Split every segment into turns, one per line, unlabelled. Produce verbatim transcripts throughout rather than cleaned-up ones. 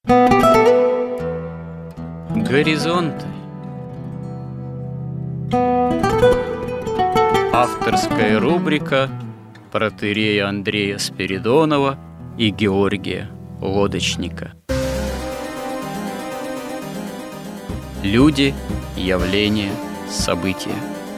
Горизонты. Авторская рубрика протоиерея Андрея Спиридонова и Георгия Лодочника. Люди, явления, события.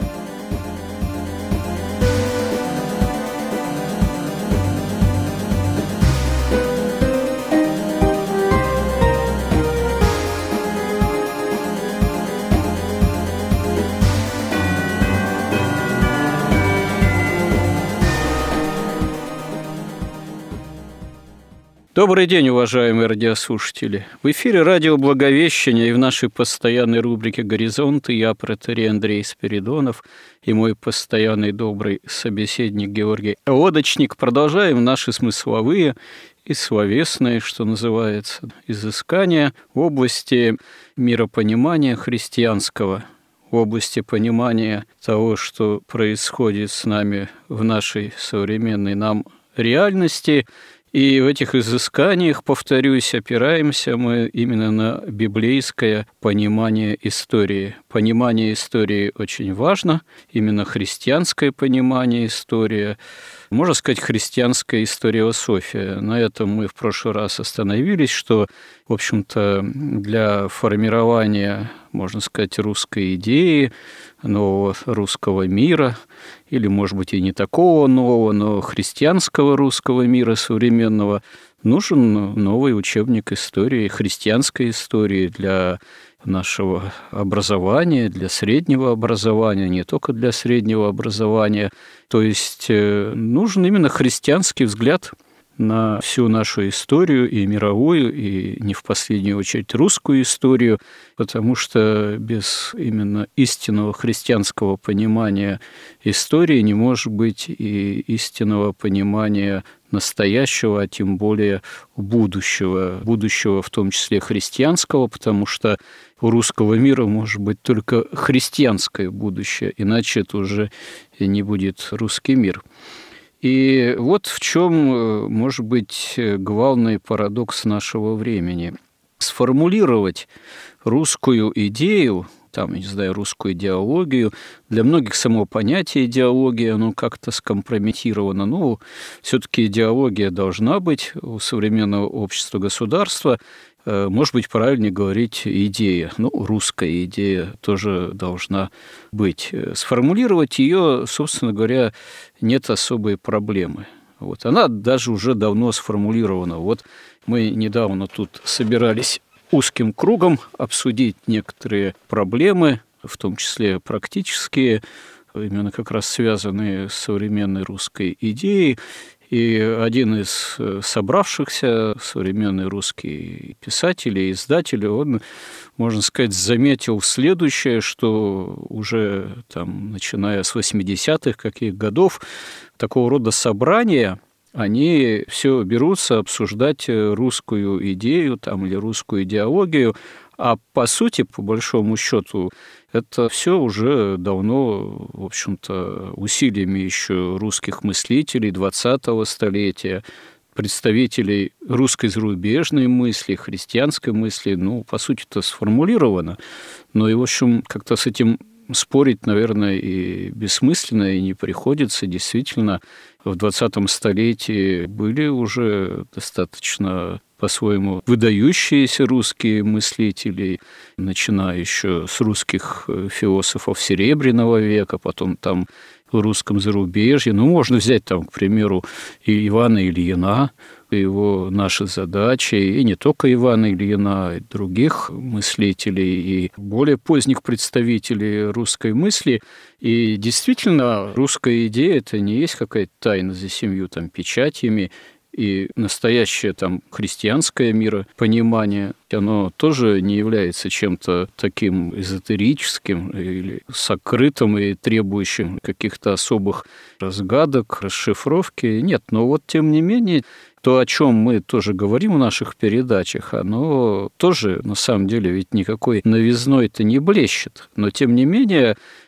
Добрый день, уважаемые радиослушатели! В эфире радио «Благовещение» и в нашей постоянной рубрике «Горизонты» я, протоиерей Андрей Спиридонов, и мой постоянный добрый собеседник Георгий Лодочник продолжаем наши смысловые и словесные, что называется, изыскания в области миропонимания христианского, в области понимания того, что происходит с нами в нашей современной нам реальности. И в этих изысканиях, повторюсь, опираемся мы именно на библейское понимание истории. Понимание истории очень важно, именно христианское понимание истории, можно сказать, христианская историософия. На этом мы в прошлый раз остановились, что, в общем-то, для формирования, можно сказать, русской идеи, нового русского мира, или, может быть, и не такого нового, но христианского русского мира современного, нужен новый учебник истории, христианской истории для нашего образования, для среднего образования, не только для среднего образования. То есть нужен именно христианский взгляд на всю нашу историю, и мировую, и не в последнюю очередь русскую историю, потому что без именно истинного христианского понимания истории не может быть и истинного понимания настоящего, а тем более будущего, будущего в том числе христианского, потому что у русского мира может быть только христианское будущее, иначе это уже не будет русский мир. И вот в чем, может быть, главный парадокс нашего времени. Сформулировать русскую идею, там, не знаю, русскую идеологию, для многих само понятие идеологии, оно как-то скомпрометировано. Но все-таки идеология должна быть у современного общества, государства. Может быть, правильнее говорить идея. Ну, русская идея тоже должна быть. Сформулировать ее, собственно говоря, нет особой проблемы. Вот. Она даже уже давно сформулирована. Вот мы недавно тут собирались узким кругом обсудить некоторые проблемы, в том числе практические, именно как раз связанные с современной русской идеей. И один из собравшихся, современный русский писатель и издатель, он, можно сказать, заметил следующее, что уже там, начиная с восьмидесятых каких годов, такого рода собрания, они все берутся обсуждать русскую идею там, или русскую идеологию, а по сути, по большому счету, это все уже давно, в общем-то, усилиями еще русских мыслителей двадцатого столетия, представителей русской зарубежной мысли, христианской мысли, ну, по сути, это сформулировано. Но и, в общем, как-то с этим спорить, наверное, и бессмысленно, и не приходится. Действительно, в двадцатом столетии были уже достаточно по-своему выдающиеся русские мыслители, начиная еще с русских философов Серебряного века, потом там в русском зарубежье. Ну, можно взять там, к примеру, и Ивана Ильина, его «Наши задачи», и не только Ивана Ильина, и других мыслителей, и более поздних представителей русской мысли. И действительно, русская идея – это не есть какая-то тайна за семью там, печатями, и настоящее там христианское миропонимание, оно тоже не является чем-то таким эзотерическим или сокрытым и требующим каких-то особых разгадок, расшифровки. Нет, но вот тем не менее, то, о чем мы тоже говорим в наших передачах, оно тоже, на самом деле, ведь никакой новизной-то не блещет. Но, тем не менее,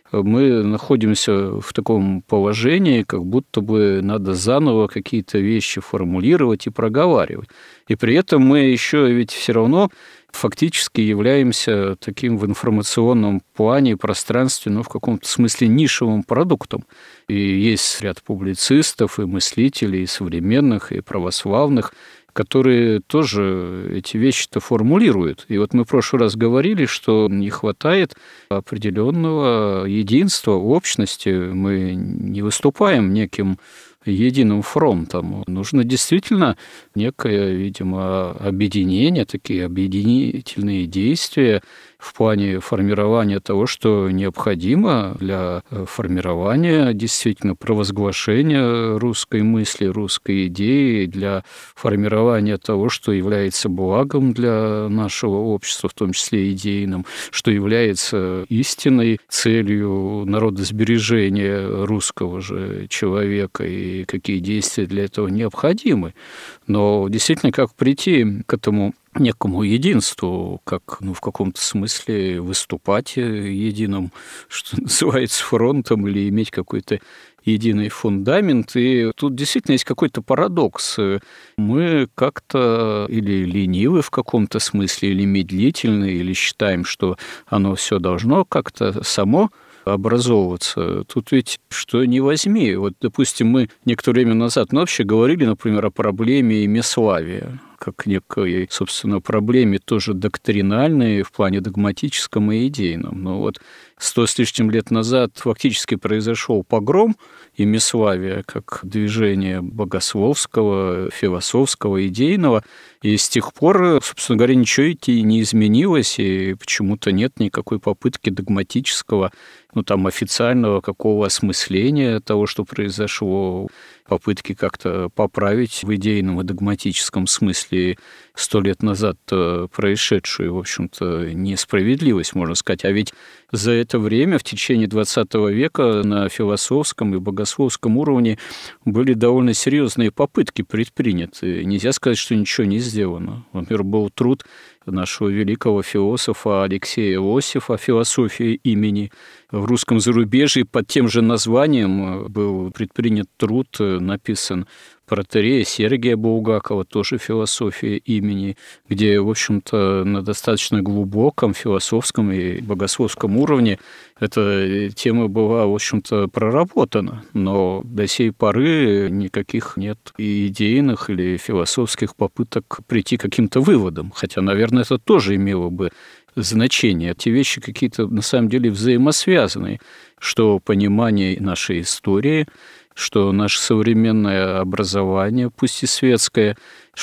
мы находимся в таком положении, как будто бы надо заново какие-то вещи формулировать и проговаривать. И при этом мы еще ведь все равно фактически являемся таким в информационном плане и пространстве, ну, в каком-то смысле нишевым продуктом. И есть ряд публицистов и мыслителей, и современных, и православных, которые тоже эти вещи-то формулируют. И вот мы в прошлый раз говорили, что не хватает определенного единства, общности. Мы не выступаем неким единым фронтом. Нужно действительно некое, видимо, объединение, такие объединительные действия в плане формирования того, что необходимо для формирования действительно провозглашения русской мысли, русской идеи, для формирования того, что является благом для нашего общества, в том числе идейным, что является истинной целью народосбережения русского же человека и какие действия для этого необходимы. Но действительно, как прийти к этому некому единству, как, ну, в каком-то смысле выступать единым, что называется, фронтом, или иметь какой-то единый фундамент. И тут действительно есть какой-то парадокс. Мы как-то или ленивы в каком-то смысле, или медлительны, или считаем, что оно все должно как-то само образовываться. Тут ведь что ни возьми. Вот, допустим, мы некоторое время назад ну, вообще говорили, например, о проблеме имяславия, как некой, собственно, проблеме тоже доктринальной в плане догматическом и идейном. Но вот сто с лишним лет назад фактически произошел погром имяславия как движения богословского, философского, идейного, и с тех пор, собственно говоря, ничего идти не изменилось, и почему-то нет никакой попытки догматического, ну, там, официального какого осмысления того, что произошло, попытки как-то поправить в идейном и догматическом смысле сто лет назад происшедшую, в общем-то, несправедливость, можно сказать. А ведь за это время, в течение двадцатого века, на философском и богословском уровне были довольно серьезные попытки предприняты. Нельзя сказать, что ничего не сделано. Например, был труд нашего великого философа Алексея Иосифа «Философия имени». В русском зарубежье под тем же названием был предпринят труд, написан протоиерея Сергия Булгакова, тоже «Философия имени», где, в общем-то, на достаточно глубоком философском и богословском уровне эта тема была, в общем-то, проработана. Но до сей поры никаких нет и идейных или философских попыток прийти к каким-то выводам. Хотя, наверное, это тоже имело бы значение. Эти вещи какие-то, на самом деле, взаимосвязаны, что понимание нашей истории, что наше современное образование, пусть и светское,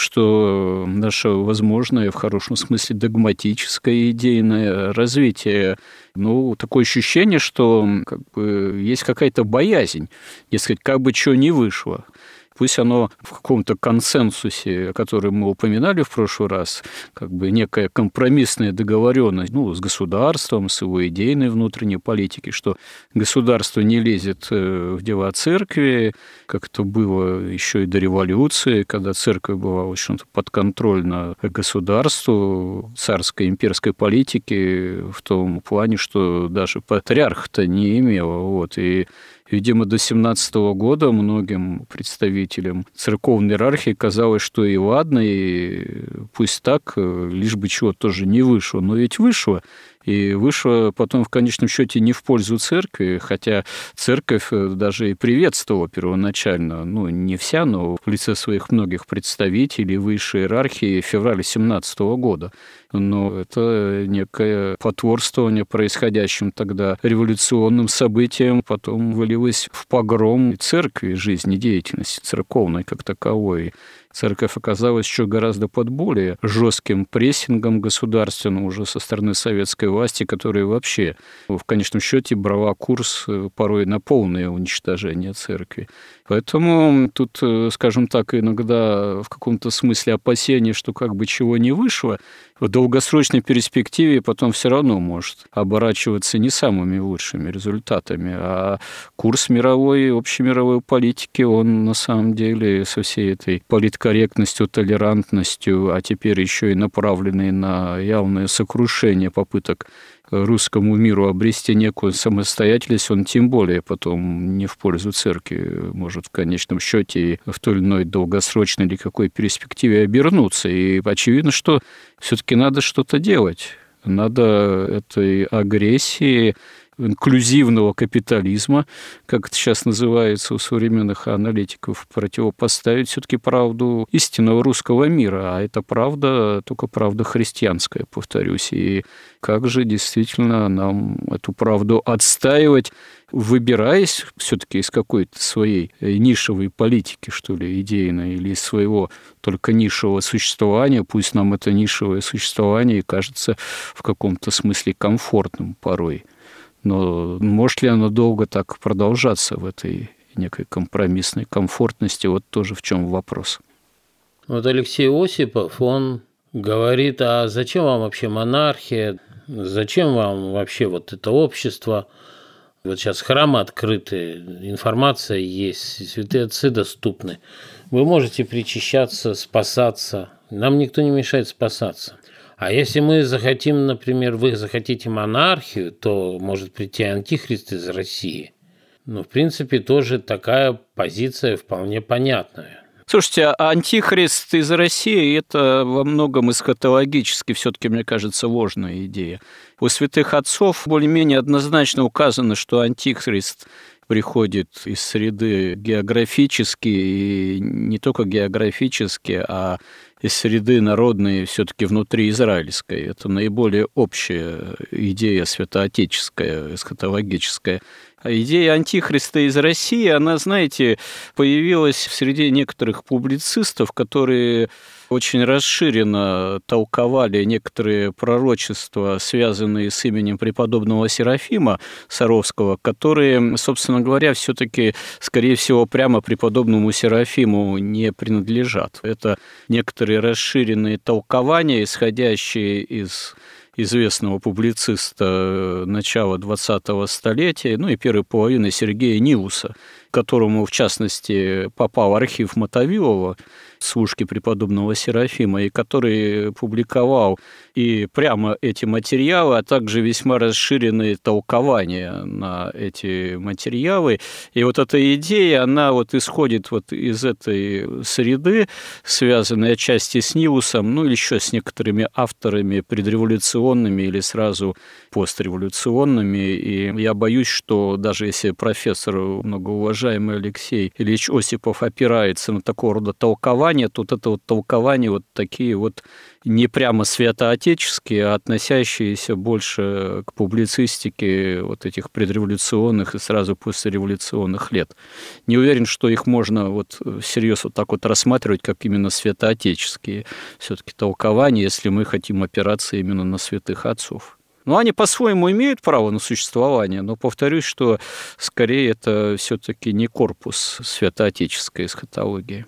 что наше возможное, в хорошем смысле, догматическое идейное развитие. Ну, такое ощущение, что как бы есть какая-то боязнь, дескать, как бы чего не вышло. Пусть оно в каком-то консенсусе, который мы упоминали в прошлый раз, как бы некая компромиссная договоренность, ну, с государством, с его идейной внутренней политикой, что государство не лезет в дела церкви, как это было еще и до революции, когда церковь была, в общем-то, подконтрольна государству, царской имперской политике, в том плане, что даже патриарха-то не имела. Вот, и видимо, до семнадцатого года многим представителям церковной иерархии казалось, что и ладно, и пусть так, лишь бы чего тоже не вышло. Но ведь вышло. И вышло потом в конечном счете не в пользу церкви, хотя церковь даже и приветствовала первоначально, ну, не вся, но в лице своих многих представителей высшей иерархии в феврале семнадцатого года. Но это некое потворствование происходящим тогда революционным событиям потом вылилось в погром церкви, жизнедеятельности церковной как таковой. Церковь оказалась еще гораздо под более жестким прессингом государственным уже со стороны советской власти, которая вообще в конечном счете брала курс порой на полное уничтожение церкви. Поэтому тут, скажем так, иногда в каком-то смысле опасение, что как бы чего не вышло, в долгосрочной перспективе потом все равно может оборачиваться не самыми лучшими результатами, а курс мировой, общемировой политики, он на самом деле со всей этой политкорректностью, толерантностью, а теперь еще и направленный на явное сокрушение попыток русскому миру обрести некую самостоятельность, он тем более потом не в пользу церкви может в конечном счете в той или иной долгосрочной или какой перспективе обернуться. И очевидно, что все-таки надо что-то делать. Надо этой агрессии, инклюзивного капитализма, как это сейчас называется у современных аналитиков, противопоставить все-таки правду истинного русского мира. А это правда, только правда христианская, повторюсь. И как же действительно нам эту правду отстаивать, выбираясь все-таки из какой-то своей нишевой политики, что ли, идейной, или из своего только нишевого существования, пусть нам это нишевое существование кажется в каком-то смысле комфортным порой. Но может ли оно долго так продолжаться в этой некой компромиссной комфортности? Вот тоже в чем вопрос.
Вот Алексей Осипов, он говорит, а зачем вам вообще монархия, зачем вам вообще вот это общество? Вот сейчас храмы открыты, информация есть, святые отцы доступны. Вы можете причащаться, спасаться, нам никто не мешает спасаться. А если мы захотим, например, вы захотите монархию, то может прийти антихрист из России. Ну, в принципе, тоже такая позиция вполне понятная.
Слушайте, а антихрист из России – это во многом эсхатологически, все-таки, мне кажется, ложная идея. У святых отцов более-менее однозначно указано, что антихрист приходит из среды географически, и не только географически, а из среды народной, все-таки внутриизраильской. Это наиболее общая идея святоотеческая, эсхатологическая. А идея антихриста из России, она, знаете, появилась в среде некоторых публицистов, которые очень расширенно толковали некоторые пророчества, связанные с именем преподобного Серафима Саровского, которые, собственно говоря, все-таки, скорее всего, прямо преподобному Серафиму не принадлежат. Это некоторые расширенные толкования, исходящие из известного публициста начала двадцатого столетия, ну и первой половины Сергея Нилуса, к которому, в частности, попал архив Мотовилова, служки преподобного Серафима, и который публиковал и прямо эти материалы, а также весьма расширенные толкования на эти материалы. И вот эта идея, она вот исходит вот из этой среды, связанной отчасти с Нилусом, ну или еще с некоторыми авторами предреволюционными или сразу постреволюционными. И я боюсь, что даже если профессор, многоуважаемый Алексей Ильич Осипов, опирается на такого рода толкование, то вот это вот толкование вот такие вот не прямо святоотеческие, а относящиеся больше к публицистике вот этих предреволюционных и сразу послереволюционных лет. Не уверен, что их можно вот всерьез вот так вот рассматривать как именно святоотеческие все-таки толкования, если мы хотим опираться именно на святых отцов. Ну, они по-своему имеют право на существование, но повторюсь, что скорее это все-таки не корпус святоотеческой эсхатологии.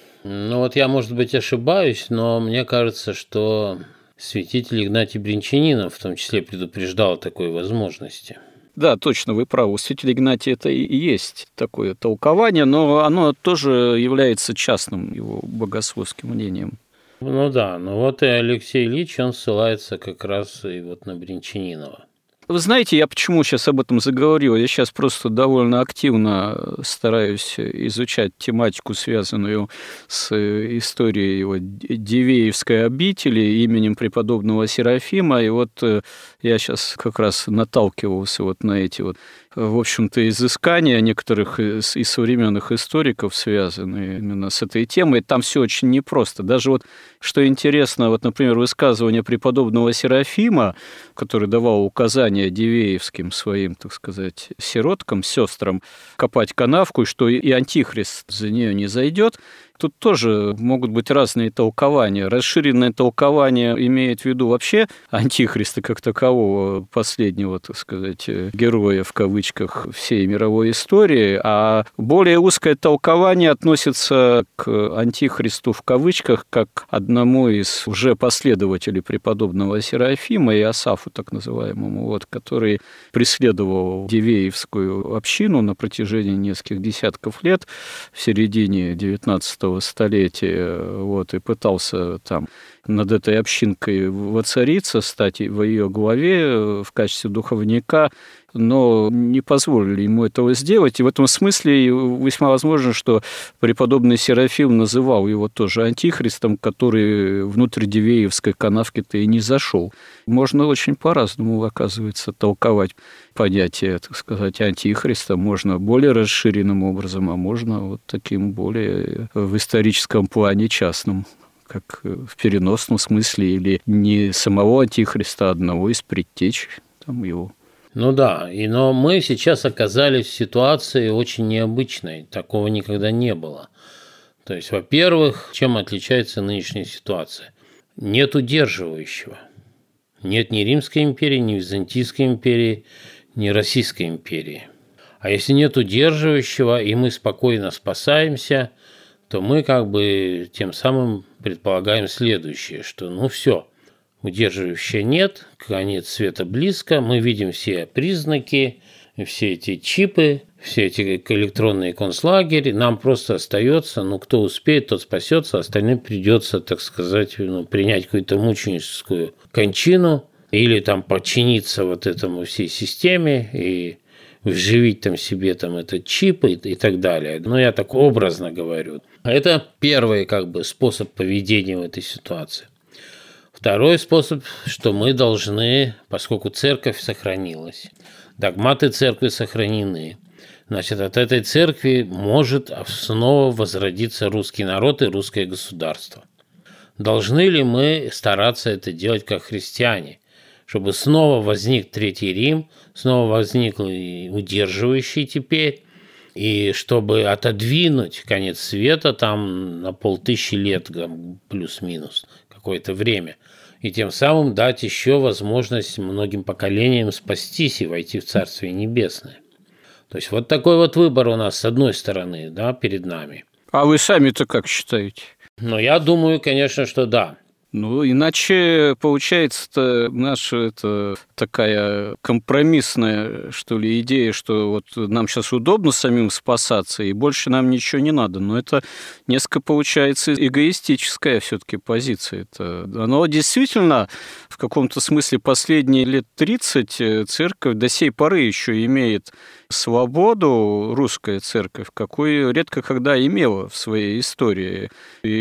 Ну вот я, может быть, ошибаюсь, но мне кажется, что святитель Игнатий Бринчанинов в том числе предупреждал о такой возможности.
Да, точно, вы правы. У святителя Игнатия это и есть такое толкование, но оно тоже является частным его богословским мнением.
Ну да, ну вот и Алексей Ильич, он ссылается как раз и вот на Бринчанинова.
Вы знаете, я почему сейчас об этом заговорил? Я сейчас просто довольно активно стараюсь изучать тематику, связанную с историей вот Дивеевской обители именем преподобного Серафима. И вот я сейчас как раз наталкивался вот на эти вот, в общем-то, изыскания некоторых из, из современных историков, связанные именно с этой темой. Там все очень непросто. Даже вот, что интересно, вот, например, высказывание преподобного Серафима, который давал указания дивеевским своим, так сказать, сироткам, сестрам копать канавку, и что и антихрист за нее не зайдет. Тут тоже могут быть разные толкования. Расширенное толкование имеет в виду вообще антихриста как такового, последнего, так сказать, героя в кавычках всей мировой истории, а более узкое толкование относится к антихристу в кавычках как одному из уже последователей преподобного Серафима и Асафу, так называемому, вот, который преследовал Дивеевскую общину на протяжении нескольких десятков лет в середине девятнадцатого столетия, вот, и пытался там над этой общинкой воцариться, стать во ее главе в качестве духовника, но не позволили ему этого сделать. И в этом смысле весьма возможно, что преподобный Серафим называл его тоже антихристом, который внутрь Дивеевской канавки-то и не зашел. Можно очень по-разному, оказывается, толковать понятие, так сказать, антихриста. Можно более расширенным образом, а можно вот таким более в историческом плане частным, как в переносном смысле, или не самого антихриста, а одного из предтеч там его.
Ну да, и, но мы сейчас оказались в ситуации очень необычной, такого никогда не было. То есть, во-первых, чем отличается нынешняя ситуация? Нет удерживающего. Нет ни Римской империи, ни Византийской империи, ни Российской империи. А если нет удерживающего, и мы спокойно спасаемся, то мы как бы тем самым предполагаем следующее, что ну все, удерживающего нет, конец света близко, мы видим все признаки, все эти чипы, все эти электронные концлагеря, нам просто остается, ну, кто успеет, тот спасется, остальным придется, так сказать, ну, принять какую-то мученическую кончину или там подчиниться вот этому всей системе и вживить там себе там этот чип и, и так далее. Ну, я так образно говорю. Это первый как бы способ поведения в этой ситуации. Второй способ, что мы должны, поскольку церковь сохранилась, догматы церкви сохранены, значит, от этой церкви может снова возродиться русский народ и русское государство. Должны ли мы стараться это делать как христиане, чтобы снова возник Третий Рим, снова возник удерживающий теперь, и чтобы отодвинуть конец света там на полтысячи лет плюс-минус какое-то время, и тем самым дать еще возможность многим поколениям спастись и войти в Царствие Небесное. То есть вот такой вот выбор у нас с одной стороны, да, перед нами.
А вы сами-то как считаете?
Ну, я думаю, конечно, что да.
Ну, иначе получается-то наша это такая компромиссная, что ли, идея, что вот нам сейчас удобно самим спасаться, и больше нам ничего не надо. Но это несколько получается эгоистическая все-таки позиция. Это, оно действительно в каком-то смысле последние лет тридцать церковь до сей поры еще имеет свободу, русская церковь, какую редко когда имела в своей истории.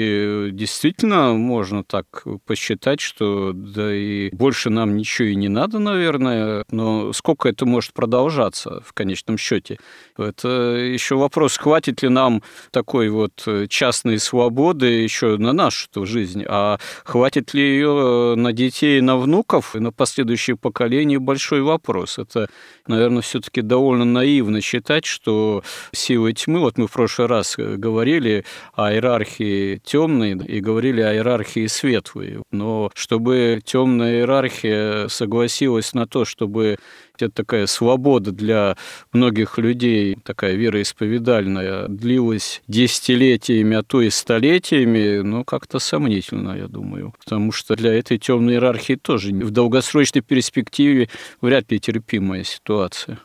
И действительно можно так посчитать, что да и больше нам ничего и не надо, наверное, но сколько это может продолжаться в конечном счете? Это еще вопрос, хватит ли нам такой вот частной свободы еще на нашу жизнь, а хватит ли ее на детей, на внуков и на последующие поколения, большой вопрос. Это, наверное, все-таки довольно наивно считать, что силы тьмы, вот мы в прошлый раз говорили о иерархии темной и говорили о иерархии светлой, но чтобы темная иерархия согласилась на то, чтобы это такая свобода для многих людей, такая вероисповедальная, длилась десятилетиями, а то и столетиями, ну, как-то сомнительно, я думаю. Потому что для этой темной иерархии тоже в долгосрочной перспективе вряд ли терпимая ситуация.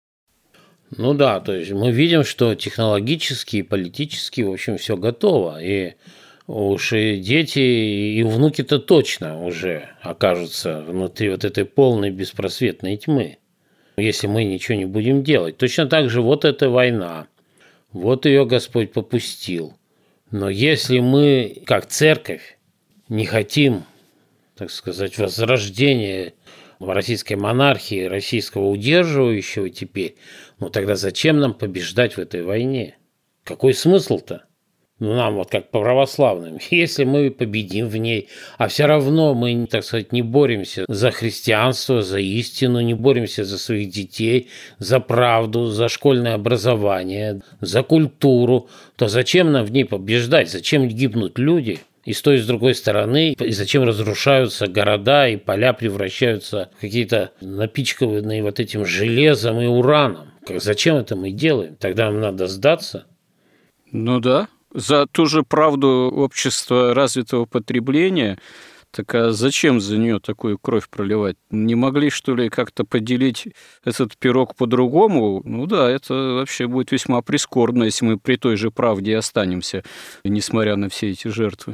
Ну да, то есть мы видим, что технологически и политически, в общем, все готово. И уж и дети, и внуки-то точно уже окажутся внутри вот этой полной беспросветной тьмы, если мы ничего не будем делать. Точно так же вот эта война, вот ее Господь попустил. Но если мы, как церковь, не хотим, так сказать, возрождения российской монархии, российского удерживающего теперь, ну тогда зачем нам побеждать в этой войне? Какой смысл-то? Ну, нам вот как православным, если мы победим в ней, а все равно мы, так сказать, не боремся за христианство, за истину, не боремся за своих детей, за правду, за школьное образование, за культуру, то зачем нам в ней побеждать? Зачем гибнут люди? И с той, и с другой стороны, и зачем разрушаются города, и поля превращаются в какие-то напичканные вот этим железом и ураном? Зачем это мы делаем? Тогда нам надо сдаться?
Ну да. За ту же правду общества развитого потребления, так а зачем за нее такую кровь проливать? Не могли, что ли, как-то поделить этот пирог по-другому? Ну да, это вообще будет весьма прискорбно, если мы при той же правде останемся, несмотря на все эти жертвы.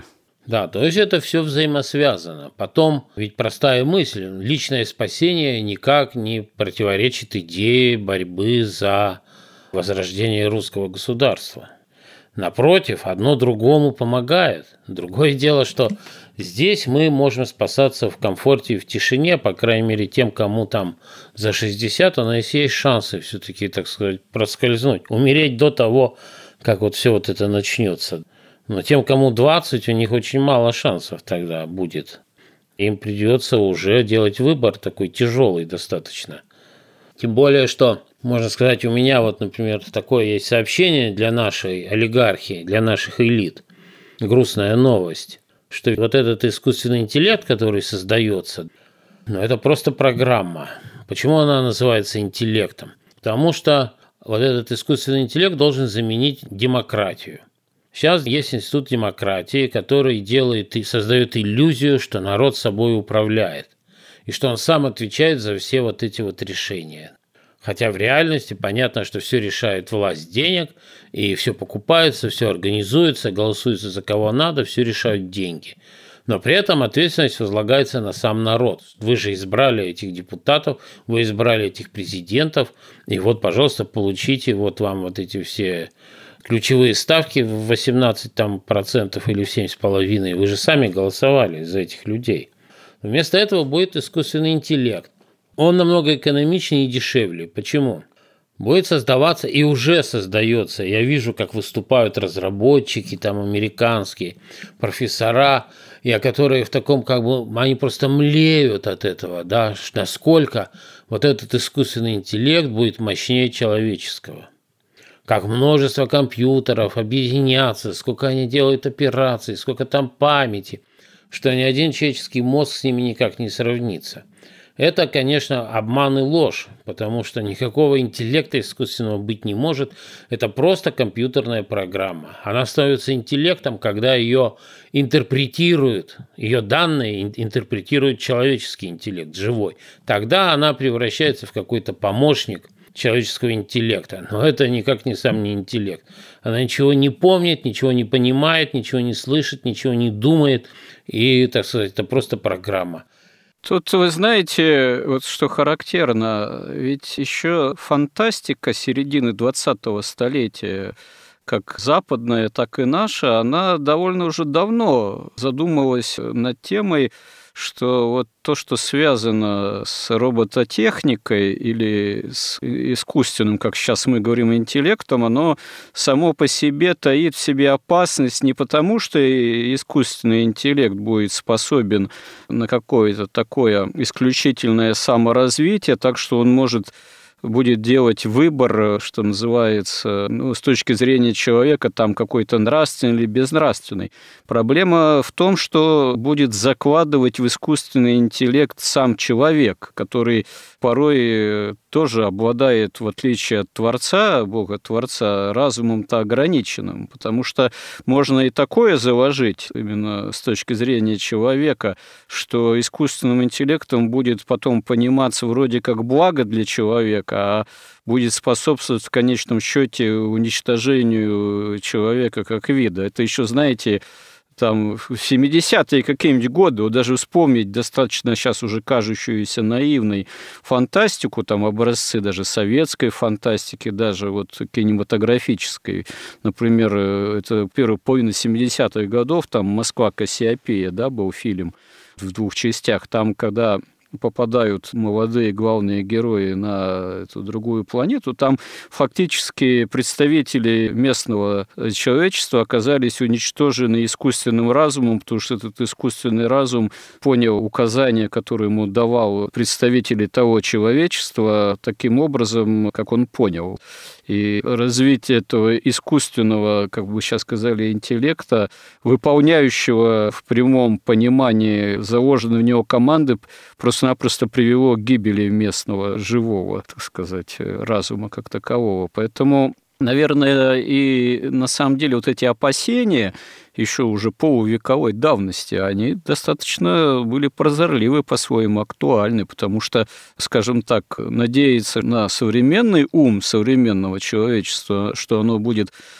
Да, то есть это все взаимосвязано. Потом, ведь простая мысль, личное спасение никак не противоречит идее борьбы за возрождение русского государства. Напротив, одно другому помогает. Другое дело, что здесь мы можем спасаться в комфорте и в тишине, по крайней мере, тем, кому там за шестьдесят, у нас есть шансы все-таки, так сказать, проскользнуть, умереть до того, как вот все вот это начнется. Но тем, кому двадцать, у них очень мало шансов тогда будет. Им придется уже делать выбор такой тяжелый достаточно. Тем более, что, можно сказать, у меня вот, например, такое есть сообщение для нашей олигархии, для наших элит. Грустная новость, что вот этот искусственный интеллект, который создается, ну, это просто программа. Почему она называется интеллектом? Потому что вот этот искусственный интеллект должен заменить демократию. Сейчас есть институт демократии, который делает и создает иллюзию, что народ собой управляет, и что он сам отвечает за все вот эти вот решения. Хотя в реальности понятно, что все решает власть денег, и все покупается, все организуется, голосуется за кого надо, все решают деньги. Но при этом ответственность возлагается на сам народ. Вы же избрали этих депутатов, вы избрали этих президентов, и вот, пожалуйста, получите, вот вам вот эти все ключевые ставки в восемнадцать там, процентов или в семь с половиной. Вы же сами голосовали за этих людей. Вместо этого будет искусственный интеллект. Он намного экономичнее и дешевле. Почему? Будет создаваться и уже создается. Я вижу, как выступают разработчики, там американские, профессора, и которые в таком, как бы, они просто млеют от этого, да, насколько вот этот искусственный интеллект будет мощнее человеческого. Как множество компьютеров объединятся, сколько они делают операций, сколько там памяти, что ни один человеческий мозг с ними никак не сравнится. Это, конечно, обман и ложь, потому что никакого интеллекта искусственного быть не может. Это просто компьютерная программа. Она становится интеллектом, когда ее интерпретируют, ее данные интерпретирует человеческий интеллект, живой. Тогда она превращается в какой-то помощник человеческого интеллекта. Но это никак не сам не интеллект. Она ничего не помнит, ничего не понимает, ничего не слышит, ничего не думает. И, так сказать, это просто программа.
Тут, вы знаете, вот что характерно, ведь еще фантастика середины двадцатого столетия, как западная, так и наша, она довольно уже давно задумывалась над темой, что вот то, что связано с робототехникой или с искусственным, как сейчас мы говорим, интеллектом, оно само по себе таит в себе опасность не потому, что искусственный интеллект будет способен на какое-то такое исключительное саморазвитие, так что он может будет делать выбор, что называется, ну, с точки зрения человека, там какой-то нравственный или безнравственный. Проблема в том, что будет закладывать в искусственный интеллект сам человек, который порой тоже обладает, в отличие от Творца, Бога-Творца, разумом-то ограниченным, потому что можно и такое заложить, именно с точки зрения человека, что искусственным интеллектом будет потом пониматься вроде как благо для человека, а будет способствовать в конечном счете уничтожению человека как вида. Это еще, знаете, там в семидесятые какие-нибудь годы, вот даже вспомнить достаточно сейчас уже кажущуюся наивной фантастику, там образцы даже советской фантастики, даже вот кинематографической. Например, это первая половина семидесятых годов, там «Москва. Кассиопея», да, был фильм в двух частях. Там, когда попадают молодые главные герои на эту другую планету, там фактически представители местного человечества оказались уничтожены искусственным разумом, потому что этот искусственный разум понял указания, которые ему давал представители того человечества, таким образом, как он понял. И развитие этого искусственного, как бы сейчас сказали, интеллекта, выполняющего в прямом понимании заложенные в него команды, просто-напросто привело к гибели местного живого, так сказать, разума как такового. Поэтому, наверное, и на самом деле вот эти опасения еще уже полувековой давности, они достаточно были прозорливы, по-своему актуальны, потому что, скажем так, надеяться на современный ум современного человечества, что оно будет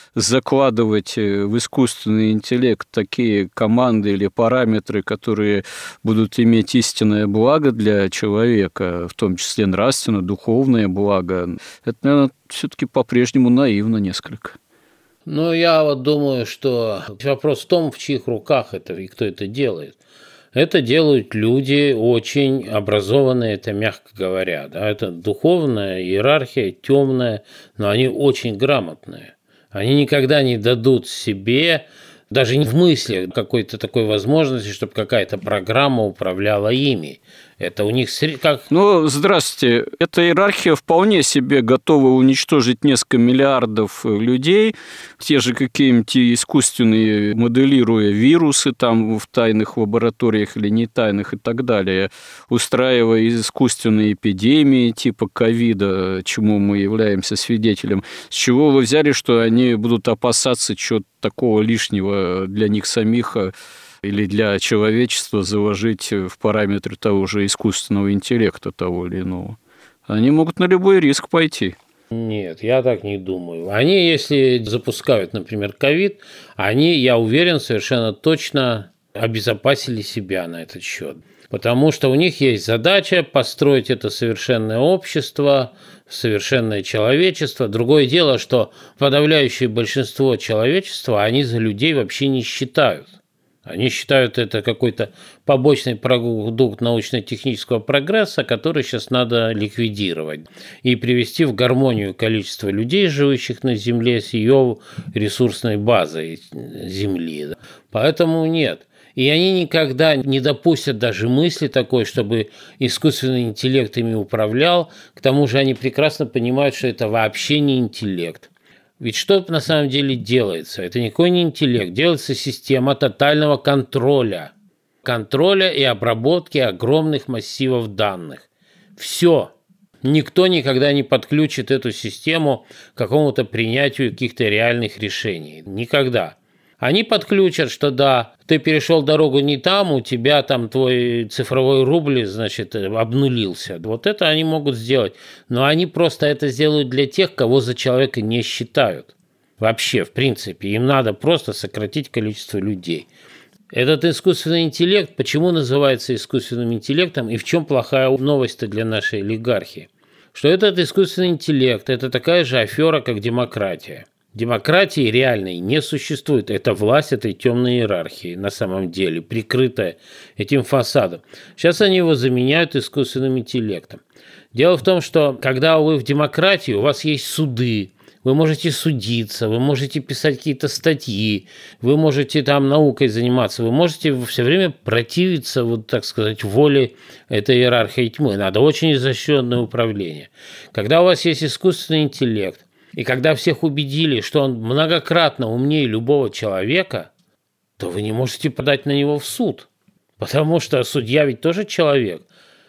закладывать в искусственный интеллект такие команды или параметры, которые будут иметь истинное благо для человека, в том числе нравственное, духовное благо, это, наверное, все-таки по-прежнему наивно несколько.
Ну, я вот думаю, что вопрос в том, в чьих руках это и кто это делает. Это делают люди очень образованные, это мягко говоря. Да? Это духовная иерархия, темная, но они очень грамотные. Они никогда не дадут себе, даже не в мысли какой-то такой возможности, чтобы какая-то программа управляла ими. Это у них как...
Ну, здравствуйте. Эта иерархия вполне себе готова уничтожить несколько миллиардов людей, те же какие-нибудь искусственные, моделируя вирусы там в тайных лабораториях или не тайных и так далее, устраивая искусственные эпидемии типа ковида, чему мы являемся свидетелем. С чего вы взяли, что они будут опасаться чего-то такого лишнего для них самих или для человечества заложить в параметры того же искусственного интеллекта того или иного? Они могут на любой риск пойти.
Нет, я так не думаю. Они, если запускают, например, ковид, они, я уверен, совершенно точно обезопасили себя на этот счет. Потому что у них есть задача построить это совершенное общество, совершенное человечество. Другое дело, что подавляющее большинство человечества они за людей вообще не считают. Они считают это какой-то побочный продукт научно-технического прогресса, который сейчас надо ликвидировать и привести в гармонию количество людей, живущих на Земле, с ее ресурсной базой Земли. Поэтому нет. И они никогда не допустят даже мысли такой, чтобы искусственный интеллект ими управлял. К тому же они прекрасно понимают, что это вообще не интеллект. Ведь что на самом деле делается? Это никакой не интеллект. Делается система тотального контроля. Контроля и обработки огромных массивов данных. Все. Никто никогда не подключит эту систему к какому-то принятию каких-то реальных решений. Никогда. Они подключат, что да, ты перешел дорогу не там, у тебя там твой цифровой рубль, значит, обнулился. Вот это они могут сделать. Но они просто это сделают для тех, кого за человека не считают. Вообще, в принципе, им надо просто сократить количество людей. Этот искусственный интеллект, почему называется искусственным интеллектом и в чем плохая новость-то для нашей олигархии? Что этот искусственный интеллект – это такая же афера, как демократия. Демократии реальной не существует. Это власть этой темной иерархии на самом деле, прикрытая этим фасадом. Сейчас они его заменяют искусственным интеллектом. Дело в том, что когда вы в демократии, у вас есть суды, вы можете судиться, вы можете писать какие-то статьи, вы можете там наукой заниматься, вы можете все время противиться, вот так сказать, воле этой иерархии тьмы. Надо очень изощренное управление. Когда у вас есть искусственный интеллект, и когда всех убедили, что он многократно умнее любого человека, то вы не можете подать на него в суд. Потому что судья ведь тоже человек.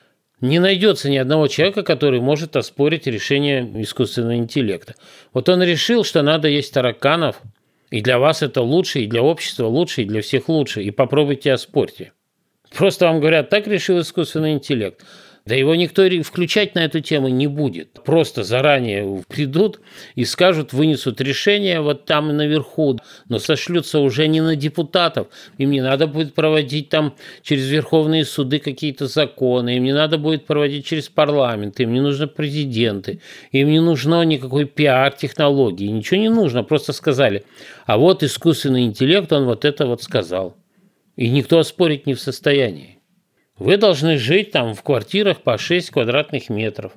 Не найдется ни одного человека, который может оспорить решение искусственного интеллекта. Вот он решил, что надо есть тараканов, и для вас это лучше, и для общества лучше, и для всех лучше. И попробуйте оспорьте. Просто вам говорят, так решил искусственный интеллект. Да его никто включать на эту тему не будет. Просто заранее придут и скажут, вынесут решение вот там и наверху, но сошлются уже не на депутатов. Им не надо будет проводить там через верховные суды какие-то законы, им не надо будет проводить через парламент, им не нужны президенты, им не нужно никакой пиар-технологии, ничего не нужно, просто сказали. А вот искусственный интеллект, он вот это вот сказал. И никто оспорить не в состоянии. Вы должны жить там в квартирах по шесть квадратных метров.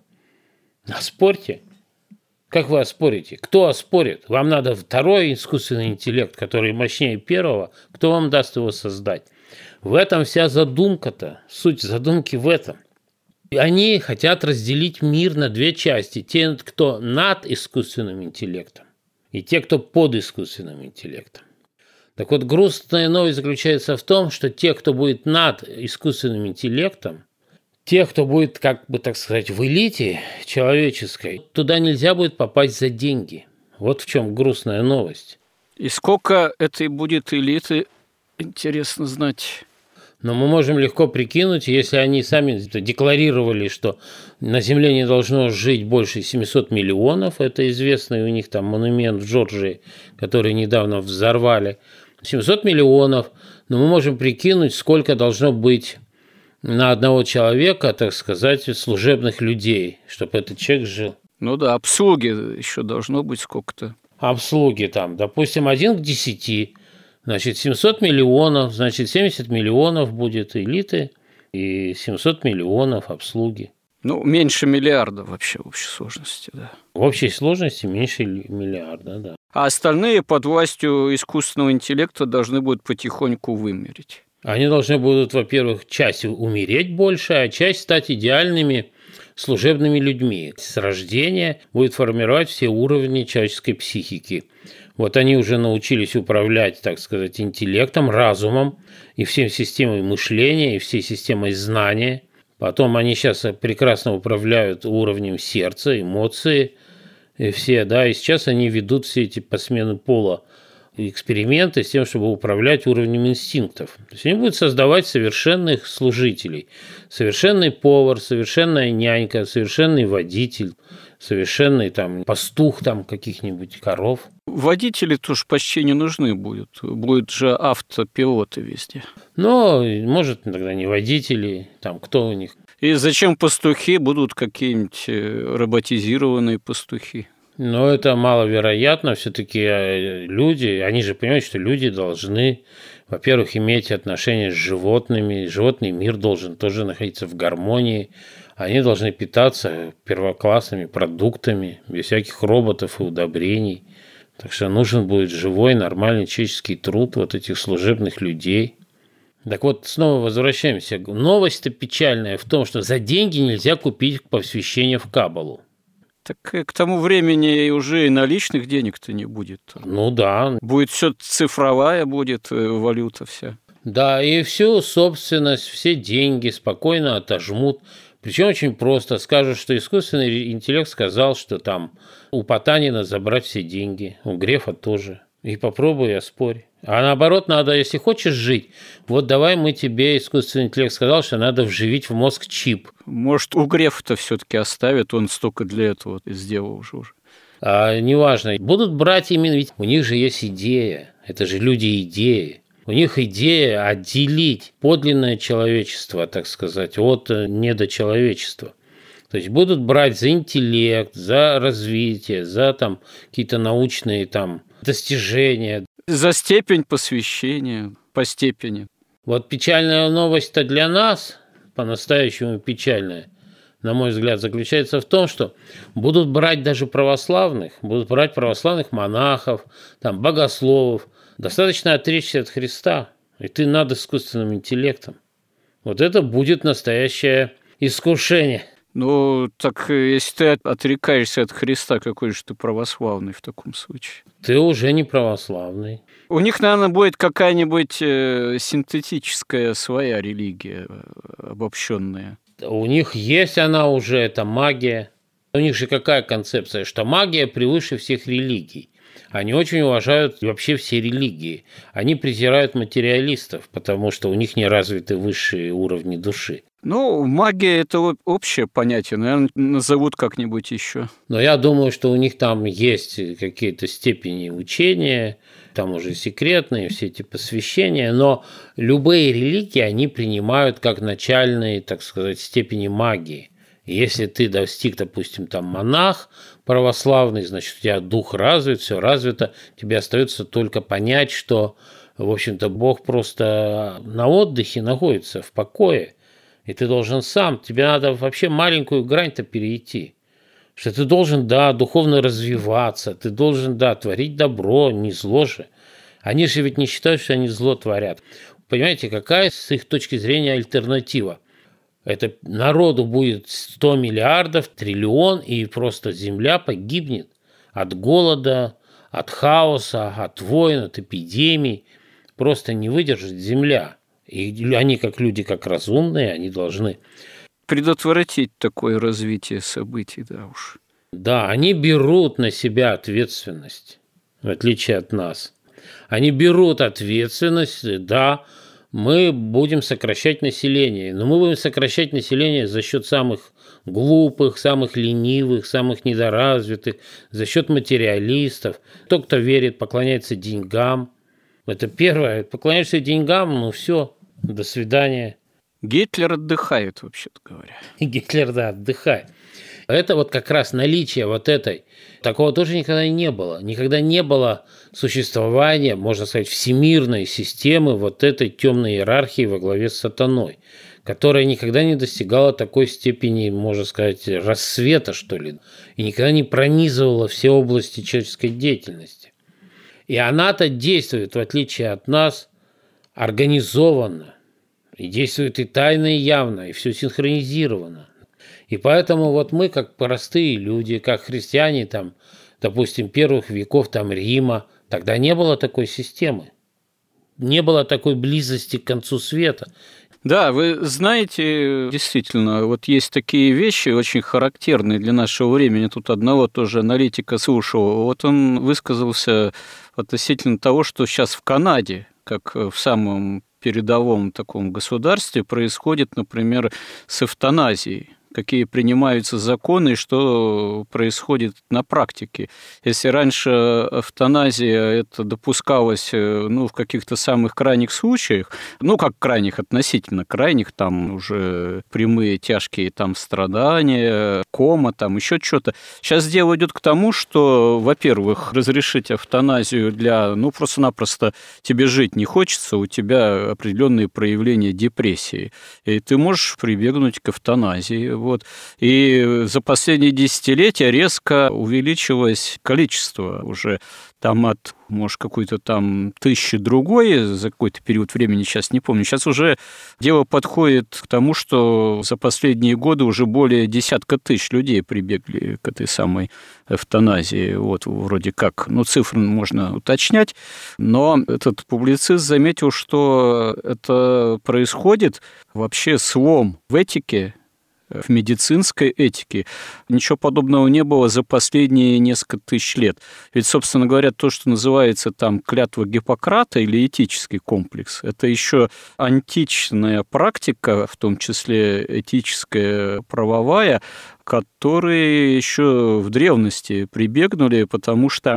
Оспорьте. Как вы оспорите? Кто оспорит? Вам надо второй искусственный интеллект, который мощнее первого. Кто вам даст его создать? В этом вся задумка-то. Суть задумки в этом. И они хотят разделить мир на две части. Те, кто над искусственным интеллектом, и те, кто под искусственным интеллектом. Так вот, грустная новость заключается в том, что те, кто будет над искусственным интеллектом, те, кто будет, как бы так сказать, в элите человеческой, туда нельзя будет попасть за деньги. Вот в чем грустная новость.
И сколько этой будет элиты, интересно знать.
Но мы можем легко прикинуть, если они сами декларировали, что на Земле не должно жить больше семьсот миллионов, это известный у них там монумент в Джорджии, который недавно взорвали, семьсот миллионов, но мы можем прикинуть, сколько должно быть на одного человека, так сказать, служебных людей, чтобы этот человек жил.
Ну да, обслуги еще должно быть сколько-то.
Обслуги там, допустим, один к десяти. Значит, семьсот миллионов, значит, семьдесят миллионов будет элиты и семьсот миллионов обслуги.
Ну, меньше миллиарда вообще в общей сложности, да.
В общей сложности меньше миллиарда, да.
А остальные под властью искусственного интеллекта должны будут потихоньку вымереть.
Они должны будут, во-первых, часть умереть больше, а часть стать идеальными служебными людьми. С рождения будет формировать все уровни человеческой психики. Вот они уже научились управлять, так сказать, интеллектом, разумом и всей системой мышления, и всей системой знания. Потом они сейчас прекрасно управляют уровнем сердца, эмоции, и все, да, и сейчас они ведут все эти по смене пола эксперименты с тем, чтобы управлять уровнем инстинктов. То есть они будут создавать совершенных служителей. Совершенный повар, совершенная нянька, совершенный водитель, совершенный там пастух там каких-нибудь коров.
Водители тоже почти не нужны будут. Будут же автопилоты везде.
Но, может, иногда не водители, там кто у них.
И зачем пастухи? Будут какие-нибудь роботизированные пастухи.
Но это маловероятно, все-таки люди, они же понимают, что люди должны, во-первых, иметь отношения с животными, животный мир должен тоже находиться в гармонии, они должны питаться первоклассными продуктами, без всяких роботов и удобрений. Так что нужен будет живой, нормальный человеческий труд вот этих служебных людей. Так вот, снова возвращаемся. Новость-то печальная в том, что за деньги нельзя купить посвящение в Каббалу.
Так к тому времени уже и наличных денег-то не будет.
Ну да.
Будет все цифровая, будет валюта вся.
Да, и всю собственность, все деньги спокойно отожмут. Причем очень просто. Скажут, что искусственный интеллект сказал, что там у Потанина забрать все деньги, у Грефа тоже. И попробуй, оспорь. А наоборот, надо, если хочешь жить, вот давай мы тебе, искусственный интеллект сказал, что надо вживить в мозг чип.
Может, у Грефа-то все-таки оставят, он столько для этого сделал уже. уже.
А, неважно. Будут брать именно, ведь у них же есть идея. Это же люди идеи. У них идея отделить подлинное человечество, так сказать, от недочеловечества. То есть будут брать за интеллект, за развитие, за там какие-то научные там достижения.
За степень посвящения, по степени.
Вот печальная новость-то для нас, по-настоящему печальная, на мой взгляд, заключается в том, что будут брать даже православных, будут брать православных монахов, там, богословов. Достаточно отречься от Христа, и ты над искусственным интеллектом. Вот это будет настоящее искушение.
Ну, так если ты отрекаешься от Христа, какой же ты православный в таком случае?
Ты уже не православный.
У них, наверное, будет какая-нибудь синтетическая своя религия, обобщенная.
У них есть она уже, это магия. У них же какая концепция? Что магия превыше всех религий. Они очень уважают вообще все религии. Они презирают материалистов, потому что у них не развиты высшие уровни души.
Ну, магия – это общее понятие, наверное, назовут как-нибудь еще.
Но я думаю, что у них там есть какие-то степени учения, там уже секретные, все эти посвящения, но любые религии они принимают как начальные, так сказать, степени магии. Если ты достиг, допустим, там монах православный, значит, у тебя дух развит, все развито, тебе остается только понять, что, в общем-то, Бог просто на отдыхе находится, в покое, и ты должен сам, тебе надо вообще маленькую грань-то перейти, что ты должен, да, духовно развиваться, ты должен, да, творить добро, не зло же. Они же ведь не считают, что они зло творят. Понимаете, какая с их точки зрения альтернатива? Это народу будет сто миллиардов, триллион, и просто земля погибнет от голода, от хаоса, от войн, от эпидемий. Просто не выдержит земля. И они, как люди, как разумные, они должны
предотвратить такое развитие событий, да уж.
Да, они берут на себя ответственность, в отличие от нас. Они берут ответственность, да, мы будем сокращать население. Но мы будем сокращать население за счет самых глупых, самых ленивых, самых недоразвитых, за счет материалистов. Тот, кто верит, поклоняется деньгам. Это первое. Поклоняешься деньгам, ну все, до свидания.
Гитлер отдыхает, вообще-то говоря.
Гитлер, да, отдыхает. Это вот как раз наличие вот этой. Такого тоже никогда не было. Никогда не было существования, можно сказать, всемирной системы вот этой темной иерархии во главе с сатаной, которая никогда не достигала такой степени, можно сказать, рассвета, что ли, и никогда не пронизывала все области человеческой деятельности. И она-то действует, в отличие от нас, организованно, и действует и тайно, и явно, и все синхронизировано. И поэтому вот мы, как простые люди, как христиане, там, допустим, первых веков там, Рима, тогда не было такой системы, не было такой близости к концу света.
Да, вы знаете, действительно, вот есть такие вещи, очень характерные для нашего времени. Тут одного тоже аналитика слушал. Вот он высказался относительно того, что сейчас в Канаде, как в самом передовом таком государстве, происходит, например, с эвтаназией. Какие принимаются законы и что происходит на практике. Если раньше эвтаназия это допускалось ну, в каких-то самых крайних случаях, ну, как крайних, относительно крайних, там уже прямые тяжкие там страдания, кома, там еще что-то. Сейчас дело идет к тому, что, во-первых, разрешить эвтаназию для, ну, просто-напросто тебе жить не хочется, у тебя определенные проявления депрессии, и ты можешь прибегнуть к эвтаназии. Вот. И за последние десятилетия резко увеличилось количество уже там от, может, какой-то там тысячи другой за какой-то период времени, сейчас не помню. Сейчас уже дело подходит к тому, что за последние годы уже более десятка тысяч людей прибегли к этой самой эвтаназии. Вот, вроде как, ну, цифры можно уточнять, но этот публицист заметил, что это происходит вообще слом в этике, в медицинской этике. Ничего подобного не было за последние несколько тысяч лет. Ведь, собственно говоря, то, что называется там клятва Гиппократа или этический комплекс, это еще античная практика, в том числе этическая, правовая, которые еще в древности прибегнули, потому что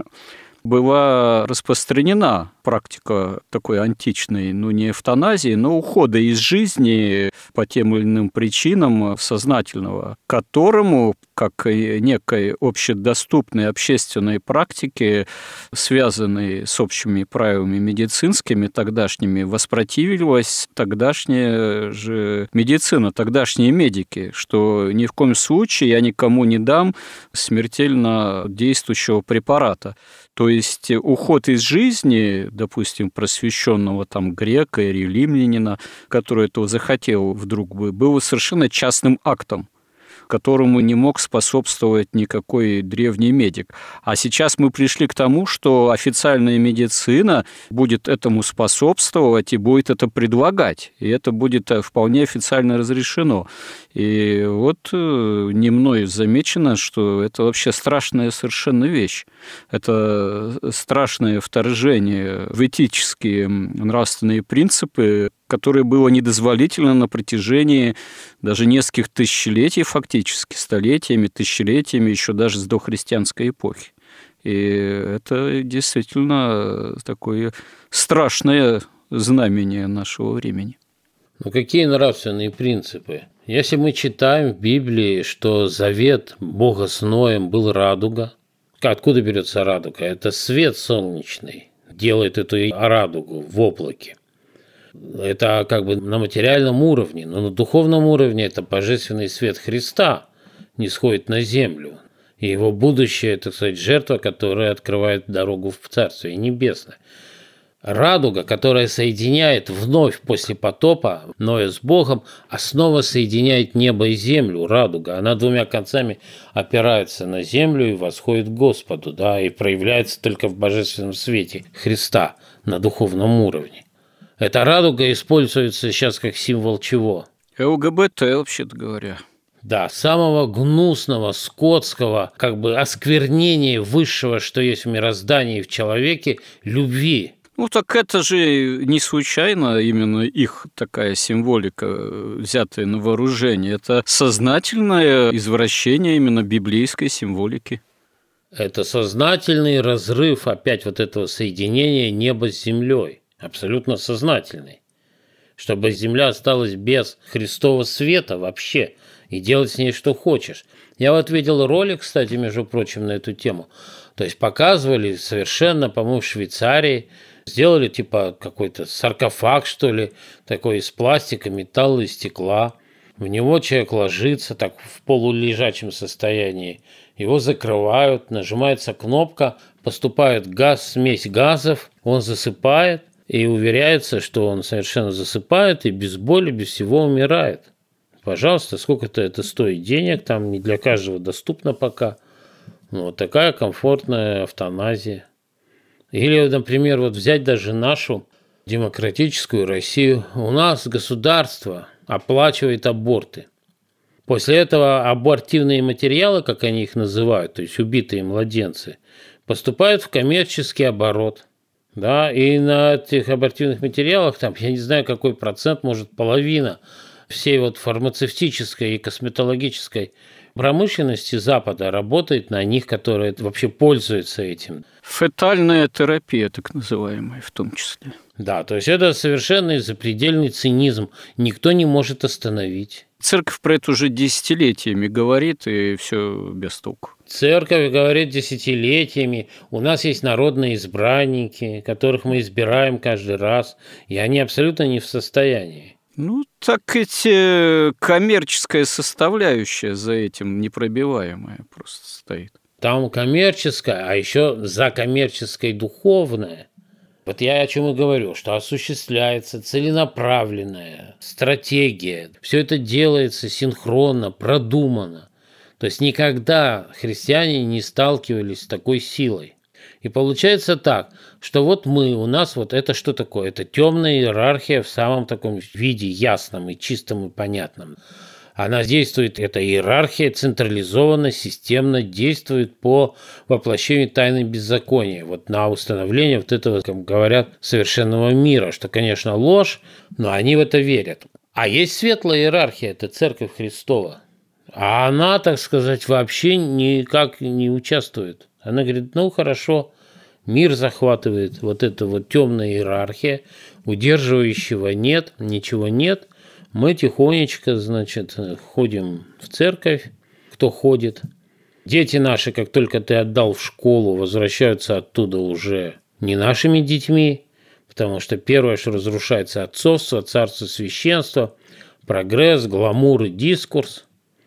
была распространена практика такой античной, ну, не эвтаназии, но ухода из жизни по тем или иным причинам сознательного, к которому, как и некой общедоступной общественной практике, связанной с общими правилами медицинскими, тогдашними, воспротивилась тогдашняя же медицина, тогдашние медики, что ни в коем случае я никому не дам смертельно действующего препарата. То есть уход из жизни, допустим, просвещенного там грека или римлянина, который этого захотел вдруг бы, был совершенно частным актом, которому не мог способствовать никакой древний медик. А сейчас мы пришли к тому, что официальная медицина будет этому способствовать и будет это предлагать, и это будет вполне официально разрешено. И вот не мной замечено, что это вообще страшная совершенно вещь. Это страшное вторжение в этические нравственные принципы, которое было недозволительно на протяжении даже нескольких тысячелетий, фактически, столетиями, тысячелетиями, еще даже с дохристианской эпохи. И это действительно такое страшное знамение нашего времени.
Ну, какие нравственные принципы? Если мы читаем в Библии, что завет Бога с Ноем был радуга, откуда берется радуга? Это свет солнечный делает эту радугу в облаке. Это как бы на материальном уровне, но на духовном уровне это божественный свет Христа не сходит на землю. И его будущее, так сказать, жертва, которая открывает дорогу в Царствие Небесное. Радуга, которая соединяет вновь после потопа Ноя с Богом, а снова соединяет небо и землю, радуга. Она двумя концами опирается на землю и восходит к Господу, да, и проявляется только в божественном свете Христа на духовном уровне. Эта радуга используется сейчас как символ чего?
ЛГБТ, вообще-то говоря.
Да, самого гнусного, скотского, как бы осквернения высшего, что есть в мироздании и в человеке, любви.
Ну, так это же не случайно именно их такая символика, взятая на вооружение. Это сознательное извращение именно библейской символики.
Это сознательный разрыв опять вот этого соединения неба с землей. Абсолютно сознательный. Чтобы земля осталась без Христова света вообще, и делать с ней что хочешь. Я вот видел ролик, кстати, между прочим, на эту тему. То есть показывали совершенно, по-моему, в Швейцарии, сделали типа какой-то саркофаг, что ли, такой из пластика, металла и стекла. В него человек ложится так в полулежачем состоянии. Его закрывают, нажимается кнопка, поступает газ, смесь газов, он засыпает и уверяется, что он совершенно засыпает и без боли, без всего умирает. Пожалуйста, сколько-то это стоит денег, там не для каждого доступно пока. Ну, вот такая комфортная эвтаназия. Или, например, вот взять даже нашу демократическую Россию. У нас государство оплачивает аборты. После этого абортивные материалы, как они их называют, то есть убитые младенцы, поступают в коммерческий оборот. Да, и на этих абортивных материалах, там, я не знаю, какой процент, может, половина всей вот фармацевтической и косметологической промышленности Запада работает на них, которые вообще пользуются этим.
Фетальная терапия, так называемая, в том числе.
Да, то есть это совершенный запредельный цинизм. Никто не может остановить.
Церковь про это уже десятилетиями говорит, и все без толку.
Церковь говорит десятилетиями. У нас есть народные избранники, которых мы избираем каждый раз, и они абсолютно не в состоянии.
Ну, так эти коммерческая составляющая за этим непробиваемая просто стоит.
Там коммерческая, а еще за коммерческой духовная. Вот я о чем и говорю, что осуществляется целенаправленная стратегия. Все это делается синхронно, продуманно. То есть никогда христиане не сталкивались с такой силой. И получается так, что вот мы, у нас вот это что такое? Это темная иерархия в самом таком виде ясном и чистом и понятном. Она действует, эта иерархия централизованно, системно действует по воплощению тайны беззакония, вот на установление вот этого, как говорят, совершенного мира, что, конечно, ложь, но они в это верят. А есть светлая иерархия, это Церковь Христова. А она, так сказать, вообще никак не участвует. Она говорит, ну хорошо, мир захватывает вот эта вот темная иерархия, удерживающего нет, ничего нет. Мы тихонечко, значит, ходим в церковь, кто ходит. Дети наши, как только ты отдал в школу, возвращаются оттуда уже не нашими детьми, потому что первое, что разрушается, отцовство, царство, священство, прогресс, гламур и дискурс.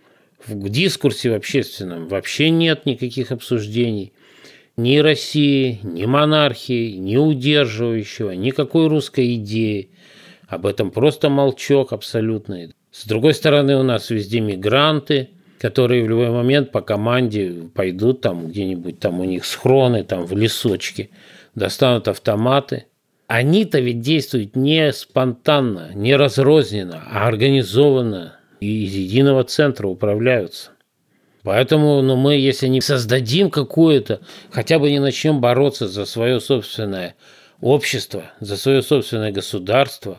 В дискурсе в общественном вообще нет никаких обсуждений. Ни России, ни монархии, ни удерживающего, никакой русской идеи. Об этом просто молчок абсолютный. С другой стороны, у нас везде мигранты, которые в любой момент по команде пойдут там где-нибудь, там у них схроны, там в лесочке, достанут автоматы. Они-то ведь действуют не спонтанно, не разрозненно, а организованно и из единого центра управляются. Поэтому ну, мы, если не создадим какое-то, хотя бы не начнем бороться за свое собственное общество, за свое собственное государство,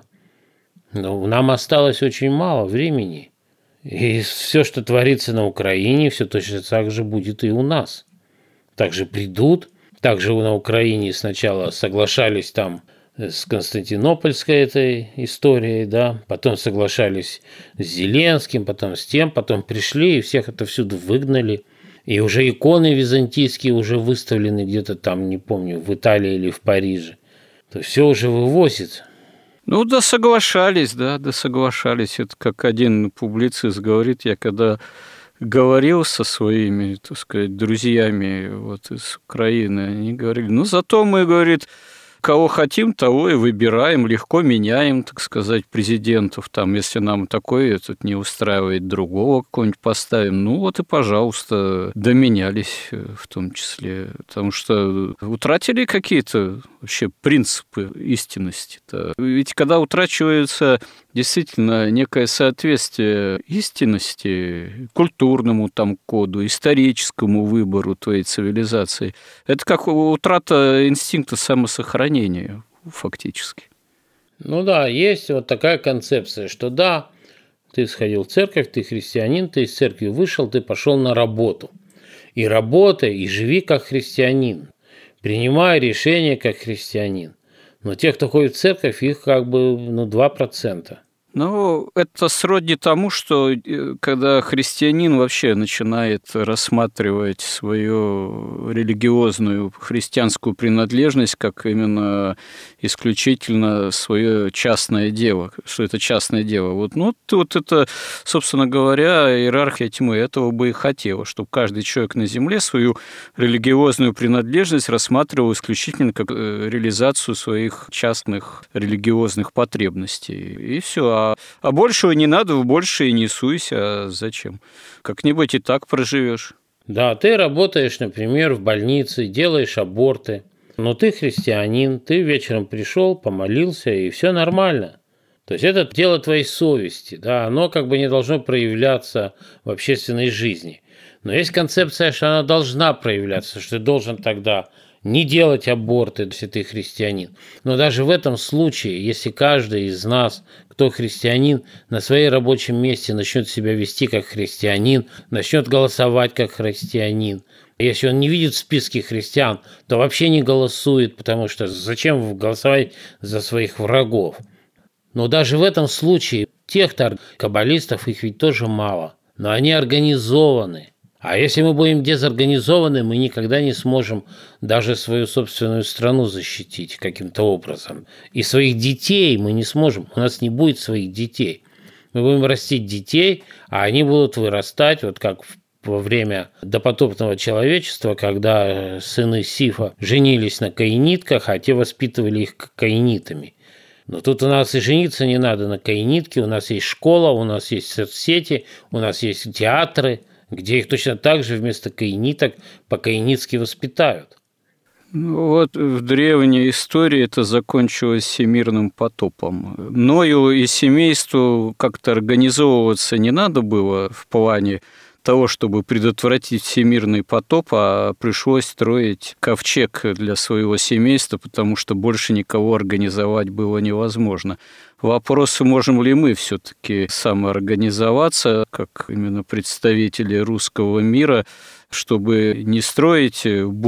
но нам осталось очень мало времени. И все, что творится на Украине, все точно так же будет и у нас. Также придут, также на Украине сначала соглашались там с Константинопольской этой историей, да, потом соглашались с Зеленским, потом с тем, потом пришли и всех отовсюду выгнали. И уже иконы византийские уже выставлены где-то там, не помню, в Италии или в Париже. То есть все уже вывозит.
Ну, да соглашались, да, да соглашались. Это как один публицист говорит, я когда говорил со своими, так сказать, друзьями вот из Украины, они говорили, ну, зато мы, говорит, кого хотим, того и выбираем, легко меняем, так сказать, президентов. Там, если нам такой этот не устраивает, другого какого-нибудь поставим. Ну вот и, пожалуйста, доменялись в том числе. Потому что утратили какие-то вообще принципы истинности-то. Ведь когда утрачивается действительно некое соответствие истинности, культурному там коду, историческому выбору твоей цивилизации, это как утрата инстинкта самосохранения. фактически.
Ну да, есть вот такая концепция, что да, ты сходил в церковь, ты христианин, ты из церкви вышел, ты пошел на работу. И работай, и живи как христианин, принимай решения как христианин. Но те, кто ходит в церковь, их как бы ну, два процента.
Ну, это сродни тому, что когда христианин вообще начинает рассматривать свою религиозную христианскую принадлежность как именно исключительно свое частное дело, что это частное дело. Вот, ну, вот это, собственно говоря, иерархия тьмы этого бы и хотела, чтобы каждый человек на земле свою религиозную принадлежность рассматривал исключительно как реализацию своих частных религиозных потребностей. И все. А, а большего не надо, в больше и не суйся. А зачем? Как-нибудь и так проживешь.
Да, ты работаешь, например, в больнице, делаешь аборты, но ты христианин, ты вечером пришел, помолился, и все нормально. То есть это дело твоей совести, да, оно как бы не должно проявляться в общественной жизни. Но есть концепция, что она должна проявляться, что ты должен тогда не делать аборты, если ты христианин. Но даже в этом случае, если каждый из нас, кто христианин, на своем рабочем месте начнет себя вести как христианин, начнет голосовать как христианин, если он не видит в списке христиан, то вообще не голосует, потому что зачем голосовать за своих врагов? Но даже в этом случае тех-то каббалистов, их ведь тоже мало, но они организованы. А если мы будем дезорганизованы, мы никогда не сможем даже свою собственную страну защитить каким-то образом. И своих детей мы не сможем, у нас не будет своих детей. Мы будем растить детей, а они будут вырастать, вот как во время допотопного человечества, когда сыны Сифа женились на каинитках, а те воспитывали их каинитами. Но тут у нас и жениться не надо на каинитке, у нас есть школа, у нас есть соцсети, у нас есть театры, где их точно так же вместо каиниток по-каинитски воспитают.
Ну, вот в древней истории это закончилось всемирным потопом. Ною и семейству как-то организовываться не надо было в плане того, чтобы предотвратить всемирный потоп, а пришлось строить ковчег для своего семейства, потому что больше никого организовать было невозможно. Вопрос, можем ли мы все-таки самоорганизоваться, как именно представители русского мира, чтобы не строить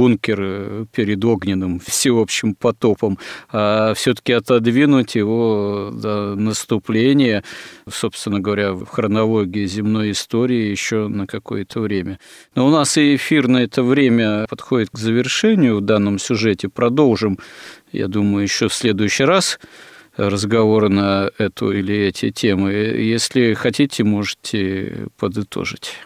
бункер перед огненным всеобщим потопом, а все-таки отодвинуть его до наступления, собственно говоря, в хронологии земной истории еще на какое-то время. Но у нас и эфир на это время подходит к завершению в данном сюжете. Продолжим, я думаю, еще в следующий раз разговоры на эту или эти темы. Если хотите, можете подытожить.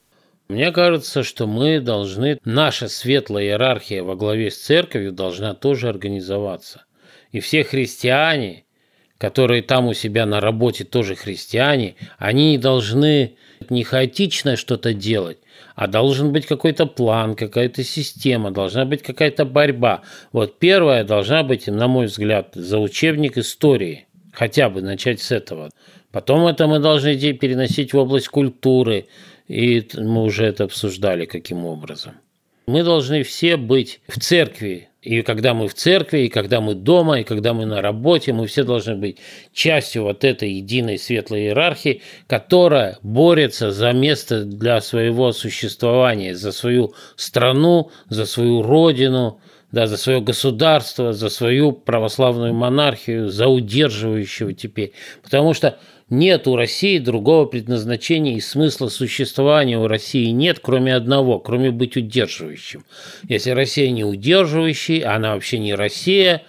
Мне кажется, что мы должны, наша светлая иерархия во главе с церковью должна тоже организоваться. И все христиане, которые там у себя на работе тоже христиане, они не должны не хаотично что-то делать, а должен быть какой-то план, какая-то система, должна быть какая-то борьба. Вот первая должна быть, на мой взгляд, за учебник истории. Хотя бы начать с этого. Потом это мы должны переносить в область культуры, и мы уже это обсуждали, каким образом. Мы должны все быть в церкви. И когда мы в церкви, и когда мы дома, и когда мы на работе, мы все должны быть частью вот этой единой светлой иерархии, которая борется за место для своего существования, за свою страну, за свою родину, да, за свое государство, за свою православную монархию, за удерживающего теперь. Потому что нет у России другого предназначения и смысла существования у России нет, кроме одного, кроме быть удерживающим. Если Россия не удерживающий, она вообще не Россия,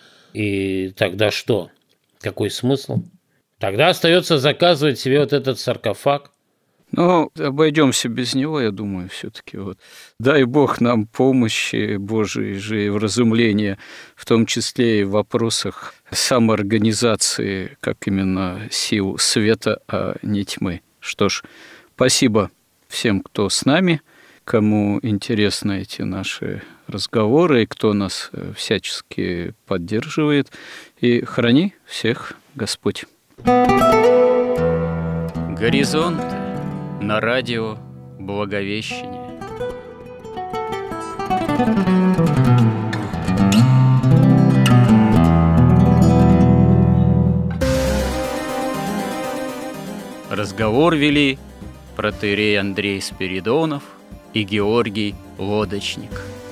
и тогда что? Какой смысл? Тогда остается заказывать себе вот этот саркофаг.
Ну, обойдемся без него, я думаю, все-таки. Вот. Дай Бог нам помощи Божией же и вразумления, в том числе и в вопросах самоорганизации, как именно сил света, а не тьмы. Что ж, спасибо всем, кто с нами, кому интересны эти наши разговоры, и кто нас всячески поддерживает. И храни всех Господь. Горизонт на радио Благовещение. Разговор вели протоиерей Андрей Спиридонов и Георгий Лодочник.